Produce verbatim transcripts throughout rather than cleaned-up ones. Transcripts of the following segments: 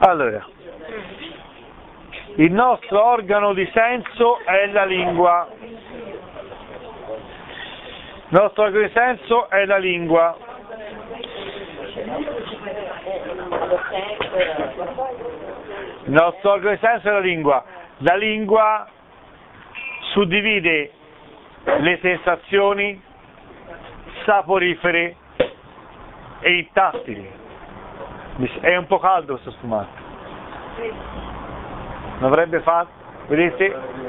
Allora, il nostro organo di senso è la lingua. Il nostro organo di senso è la lingua. Il nostro organo di senso è la lingua. La lingua suddivide le sensazioni saporifere e i tattili. È un po' caldo questo sfumato. Non avrebbe fatto? Vedete?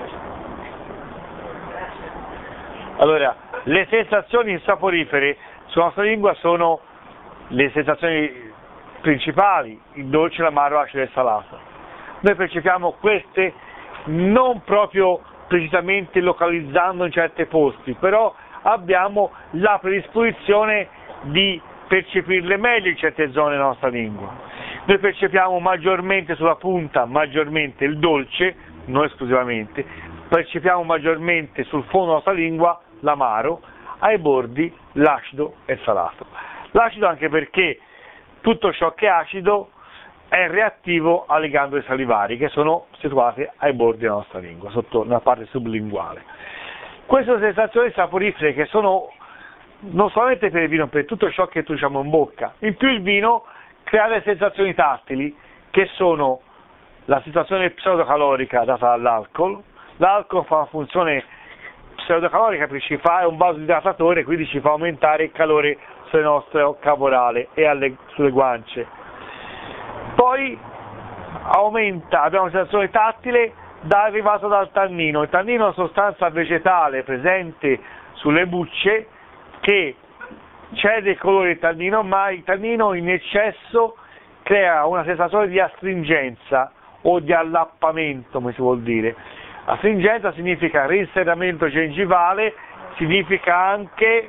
Allora, le sensazioni saporifere sulla nostra lingua sono le sensazioni principali, il dolce, l'amaro, l'acido e il salato. Noi percepiamo queste non proprio precisamente localizzando in certi posti, però abbiamo la predisposizione di percepirle meglio in certe zone della nostra lingua. Noi percepiamo maggiormente sulla punta, maggiormente il dolce, non esclusivamente, percepiamo maggiormente sul fondo della nostra lingua l'amaro, ai bordi l'acido e il salato. L'acido anche perché tutto ciò che è acido è reattivo alle gandole salivari che sono situate ai bordi della nostra lingua, sotto la parte sublinguale. Queste sono sensazioni saporifere che sono non solamente per il vino, per tutto ciò che introduciamo in bocca. In più il vino crea le sensazioni tattili che sono la sensazione pseudocalorica data dall'alcol. L'alcol fa una funzione pseudocalorica perché ci fa, è un vasodilatatore, quindi ci fa aumentare il calore sul nostro caporale e alle, sulle guance. Poi aumenta, abbiamo una sensazione tattile derivata dal tannino. Il tannino è una sostanza vegetale presente sulle bucce che cede il colore del tannino, ma il tannino in eccesso crea una sensazione di astringenza o di allappamento, come si vuol dire. Astringenza significa rinserramento gengivale, significa anche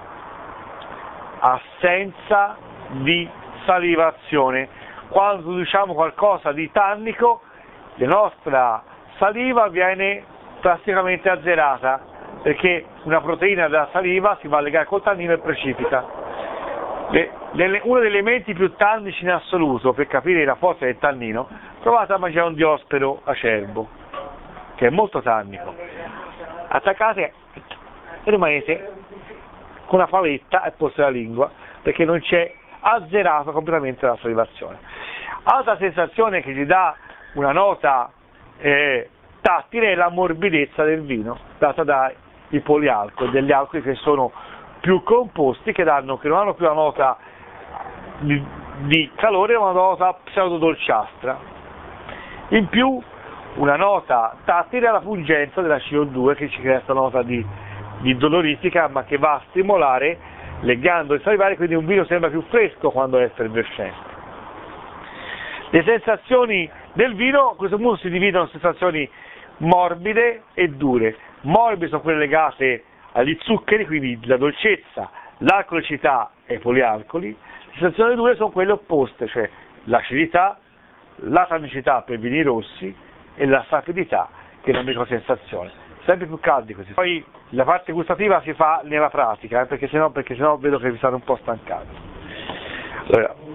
assenza di salivazione. Quando produciamo qualcosa di tannico, la nostra saliva viene drasticamente azzerata, perché una proteina della saliva si va a legare col tannino e precipita. Le, le, uno degli elementi più tannici in assoluto, per capire la forza del tannino, provate a mangiare un diospero acerbo, che è molto tannico. Attaccate e rimanete con una favetta e posto la lingua, perché non c'è azzerato completamente la salivazione. Altra sensazione che ci dà una nota eh, tattile è la morbidezza del vino, data dai polialcoli, degli alcoli che sono più composti, che danno, che non hanno più la nota di, di calore, ma una nota pseudodolciastra. In più una nota tattile è la pungenza della C O due, che ci crea questa nota di, di dolorifica, ma che va a stimolare le gandole salivari, quindi un vino sembra più fresco quando è effervescente. Le sensazioni del vino a questo punto si dividono in sensazioni morbide e dure. Morbide sono quelle legate agli zuccheri, quindi la dolcezza, l'alcolicità e i polialcoli. Le sensazioni dure sono quelle opposte, cioè l'acidità, la tannicità per vini rossi e la sapidità, che è una microsensazione. Sempre più caldi questi. Poi la parte gustativa si fa nella pratica, eh, perché sennò, perché sennò vedo che vi state un po' stancati. Allora,